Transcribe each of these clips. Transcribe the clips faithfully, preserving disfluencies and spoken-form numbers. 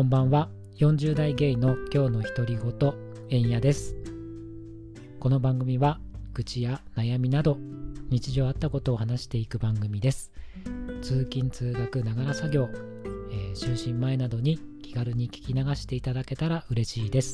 こんばんは。よんじゅう代ゲイの今日の独り言、えんやです。この番組は愚痴や悩みなど日常あったことを話していく番組です。通勤通学ながら作業、えー、就寝前などに気軽に聞き流していただけたら嬉しいです。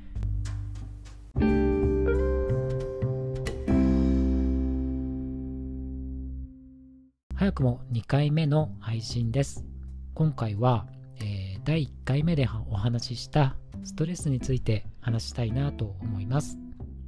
早くもにかいめの配信です。今回は、えー、だいいっかいめでお話ししたストレスについて話したいなと思います。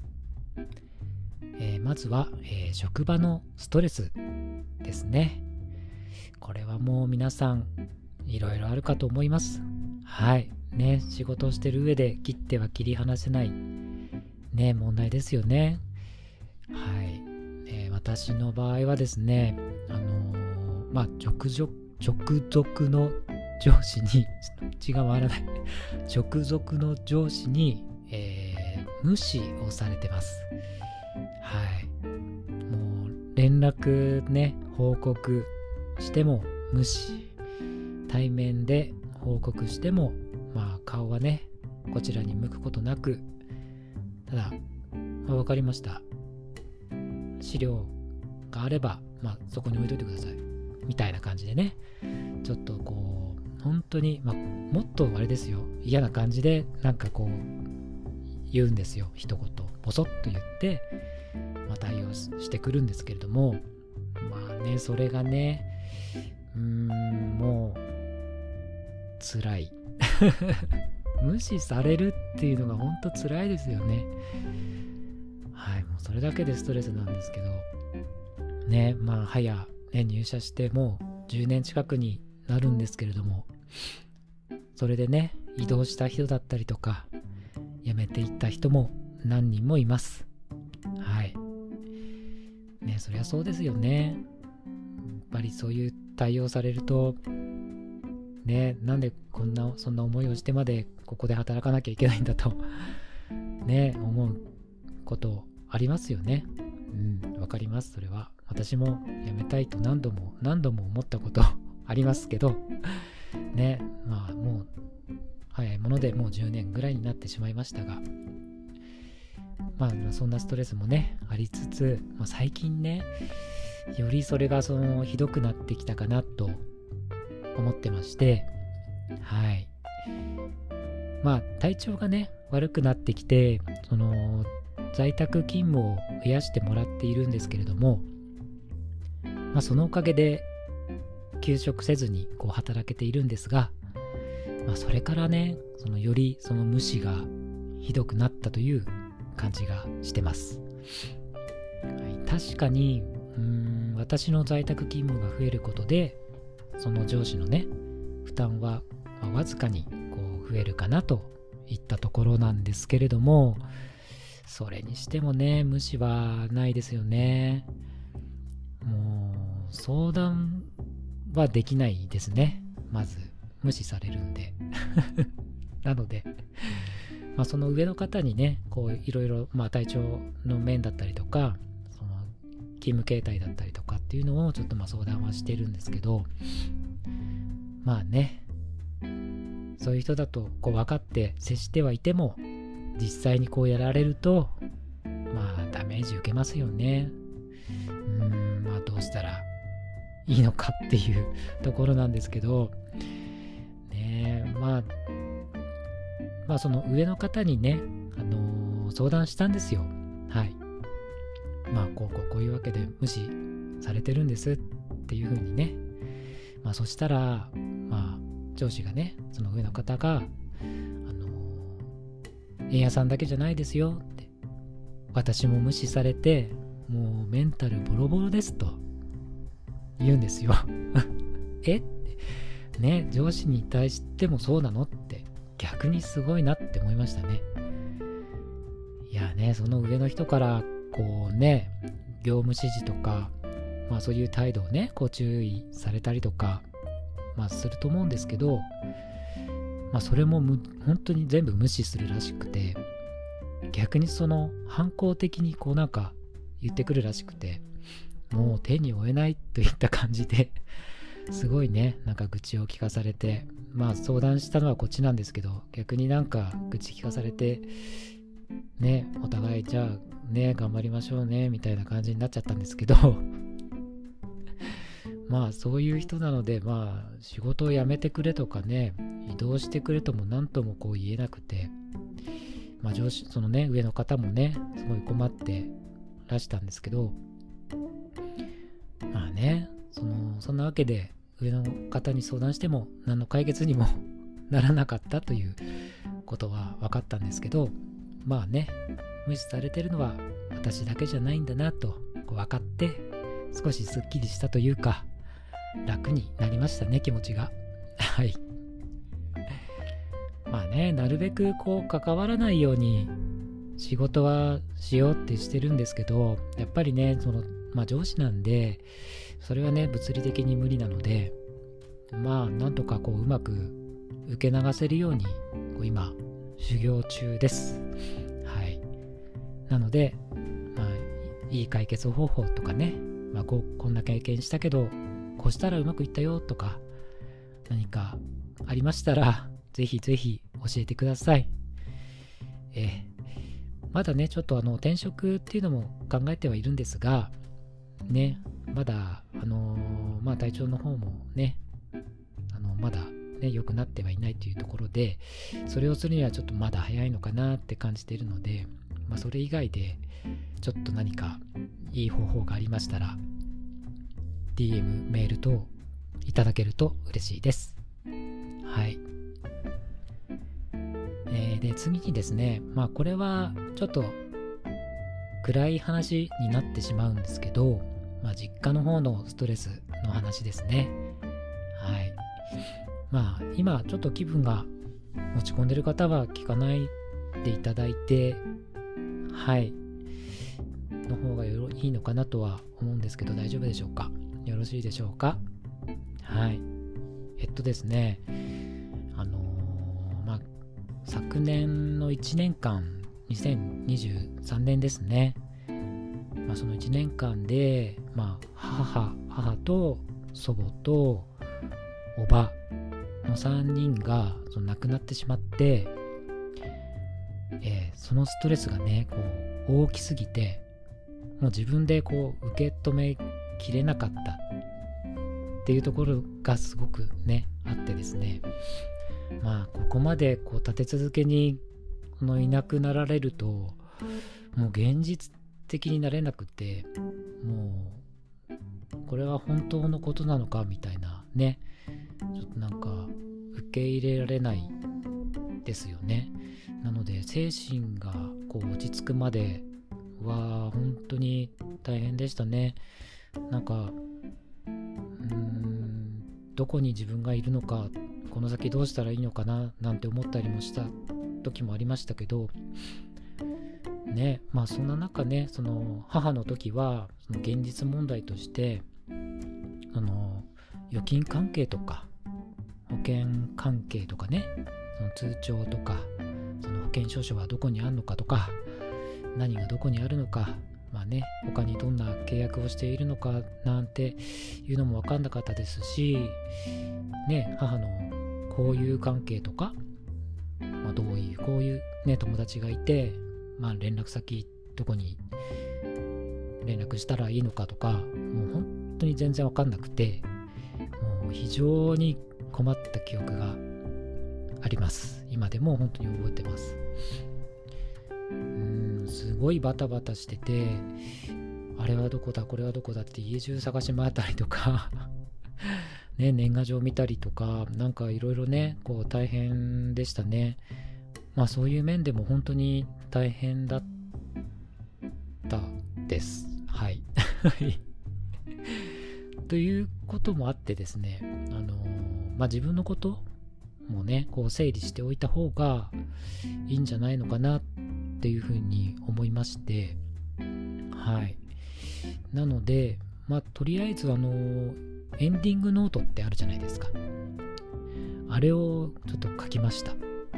えー、まずは、えー、職場のストレスですね。これはもう皆さんいろいろあるかと思います。はいね、仕事をしている上で切っては切り離せないね問題ですよね。はい、えー、私の場合はですね、あのー、まあ直属直属の上司に血が回らない直属の上司に、えー、無視をされてます。はい、もう連絡ね報告しても無視、対面で報告してもまあ顔はねこちらに向くことなく、ただ、まあ、分かりました、資料があれば、まあ、そこに置いといてくださいみたいな感じでね、ちょっとこう本当に、まあ、もっとあれですよ、嫌な感じでなんかこう言うんですよ。一言ボソッと言って、まあ、対応してくるんですけれども、まあねそれがねうーんもう辛い無視されるっていうのが本当辛いですよね。はい、もうそれだけでストレスなんですけどね。まあ早、ね、入社してもうじゅうねん近くになるんですけれども、それでね移動した人だったりとか辞めていった人も何人もいます。はいね、そりゃそうですよね。やっぱりそういう対応されるとね、なんでこんなそんな思いをしてまでここで働かなきゃいけないんだとね思うことありますよね。うん、わかります。それは私も辞めたいと何度も何度も思ったことありますけどね、まあもう早いものでもうじゅうねんぐらいになってしまいましたが、まあそんなストレスもねありつつ、まあ、最近ねよりそれがそのひどくなってきたかなと思ってまして、はい、まあ体調がね悪くなってきて、その在宅勤務を増やしてもらっているんですけれども、まあそのおかげで休職せずにこう働けているんですが、まあそれからねそのよりその無視がひどくなったという感じがしてます。はい、確かにうーん私の在宅勤務が増えることでその上司のね負担は、まあ、わずかにこう増えるかなといったところなんですけれども、それにしてもね無視はないですよね。もう相談はできないですね。まず無視されるんでなので、まあ、その上の方にねこういろいろ、まあ、体調の面だったりとかその勤務形態だったりとかっていうのをちょっとまあ相談はしてるんですけど、まあねそういう人だとこう分かって接してはいても実際にこうやられるとまあダメージ受けますよね。うーんまあどうしたらいいのかっていうところなんですけどね。えまあまあその上の方にね、あのー、相談したんですよ。はい、まあこうこうこういうわけで無視されてるんですっていう風にね。まあそしたらまあ上司がねその上の方があの円谷さんだけじゃないですよって、私も無視されてもうメンタルボロボロですと言うんですよえってね、上司に対してもそうなのって逆にすごいなって思いましたね。いやねその上の人からこうね業務指示とかまあそういう態度をねこう注意されたりとかまあすると思うんですけど、まあそれもむ本当に全部無視するらしくて、逆にその反抗的にこうなんか言ってくるらしくて、もう手に負えないといった感じですごいね、なんか愚痴を聞かされて、まあ相談したのはこっちなんですけど、逆になんか愚痴聞かされて、ね、お互いじゃあね、頑張りましょうね、みたいな感じになっちゃったんですけど、まあそういう人なので、まあ仕事を辞めてくれとかね、移動してくれとも何ともこう言えなくて、まあ上司、そのね、上の方もね、すごい困ってらしたんですけど、まあね、その、そんなわけで上の方に相談しても何の解決にもならなかったということは分かったんですけど、まあね、無視されてるのは私だけじゃないんだなとこう分かって、少しすっきりしたというか、楽になりましたね、気持ちが。はい。まあね、なるべくこう関わらないように仕事はしようってしてるんですけど、やっぱりね、その、まあ上司なんで、それはね、物理的に無理なので、まあなんとかこううまく受け流せるように、こう今、修行中です。はい。なので、まあ、いい解決方法とかね、まあこう、こんな経験したけど、こうしたらうまくいったよとか、何かありましたら、ぜひぜひ教えてください。えー、まだね、ちょっとあの転職っていうのも考えてはいるんですが、ね、まだ、あのー、まあ体調の方もね、あの、まだね、良くなってはいないというところで、それをするにはちょっとまだ早いのかなって感じているので、まあそれ以外で、ちょっと何かいい方法がありましたら、ディーエム、メール等いただけると嬉しいです。はい。えー、で、次にですね、まあこれはちょっと暗い話になってしまうんですけど、まあ実家の方のストレスの話ですね。はい。まあ今ちょっと気分が落ち込んでる方は聞かないでいただいて、はい。の方がよろいいのかなとは思うんですけど、大丈夫でしょうか？よろしいでしょうか？はい。えっとですね、あのー、まあ、昨年のいちねんかん、にせんにじゅうさんねんですね。まあ、そのいちねんかんで、まあ、母、母と祖母とおばのさんにんがその亡くなってしまって、えー、そのストレスがね、こう大きすぎて、もう自分でこう受け止めきれなかったっていうところがすごくねあってですね、まあここまでこう立て続けにこのいなくなられるともう現実的になれなくて、もうこれは本当のことなのかみたいなね、ちょっとなんか受け入れられないですよね。なので精神がこう落ち着くまでは本当に大変でしたね。なんかうーんどこに自分がいるのか、この先どうしたらいいのかななんて思ったりもした時もありましたけどね。まあそんな中ね、その母の時はその現実問題としてあの預金関係とか保険関係とかね、その通帳とかその保険証書はどこにあるのかとか、何がどこにあるのか、まあね、他にどんな契約をしているのかなんていうのも分かんなかったですし、ね、母の交友関係とか、まあ、どういうこういうね友達がいて、まあ連絡先どこに連絡したらいいのかとか、もう本当に全然分かんなくて、もう非常に困った記憶があります。今でも本当に覚えてます。うーんすごいバタバタしてて、あれはどこだこれはどこだって家中探し回ったりとかね、年賀状見たりとか、なんかいろいろねこう大変でしたね。まあそういう面でも本当に大変だったです。はいということもあってですね、あのー、まあ自分のこともねこう整理しておいた方がいいんじゃないのかなっていうふうに思いまして、はい。なのでまあとりあえずあのー、エンディングノートってあるじゃないですか。あれをちょっと書きました。はい。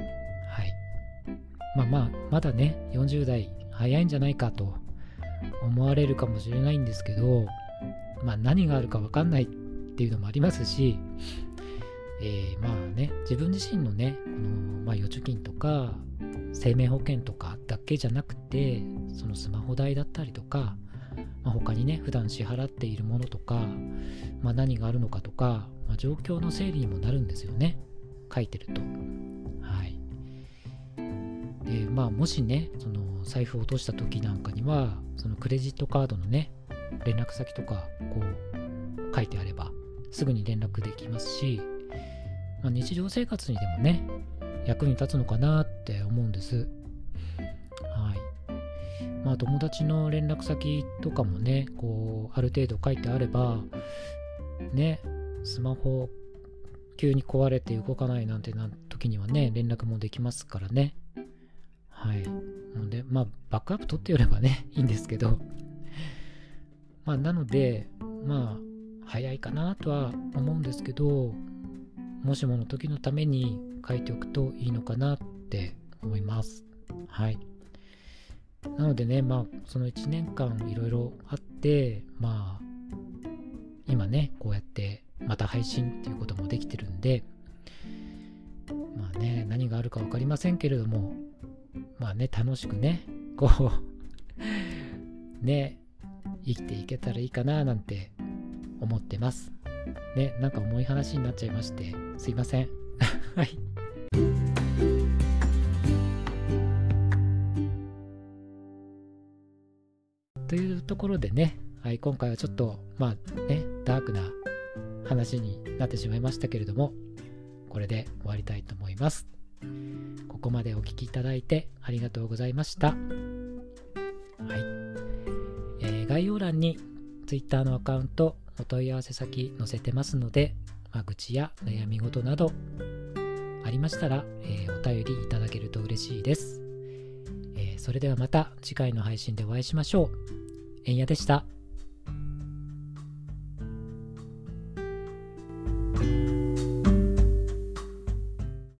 まあまあまだねよんじゅう代早いんじゃないかと思われるかもしれないんですけど、まあ何があるか分かんないっていうのもありますし、えー、まあね、自分自身のね、この、まあ、預貯金とか生命保険とかだけじゃなくて、そのスマホ代だったりとか、まあ、他にね、普段支払っているものとか、まあ、何があるのかとか、まあ、状況の整理にもなるんですよね、書いてると。はい。で、まあもしね、その財布を落とした時なんかには、そのクレジットカードのね、連絡先とかこう書いてあればすぐに連絡できますし、まあ、日常生活にでもね、役に立つのかなって思うんです。はい。まあ友達の連絡先とかもね、こうある程度書いてあればね、スマホ急に壊れて動かないなんてな時にはね、連絡もできますからね。はい。なので、まあバックアップ取ってよればね、いいんですけど、まあなので、まあ早いかなとは思うんですけど、もしもの時のために書いておくといいのかなって思います。はい。なのでね、まあそのいちねんかんいろいろあって、まあ今ね、こうやってまた配信っていうこともできてるんで、まあね、何があるか分かりませんけれども、まあね、楽しくね、こうね、生きていけたらいいかななんて思ってます。ね、なんか重い話になっちゃいまして、すいません。はい。というところでね、はい、今回はちょっと、まあね、ダークな話になってしまいましたけれども、これで終わりたいと思います。ここまでお聞きいただいてありがとうございました。はい。えー、概要欄に Twitter のアカウント、お問い合わせ先載せてますので、まあ、愚痴や悩み事などありましたら、えー、お便りいただけると嬉しいです。えー、それではまた次回の配信でお会いしましょう。えんやでした。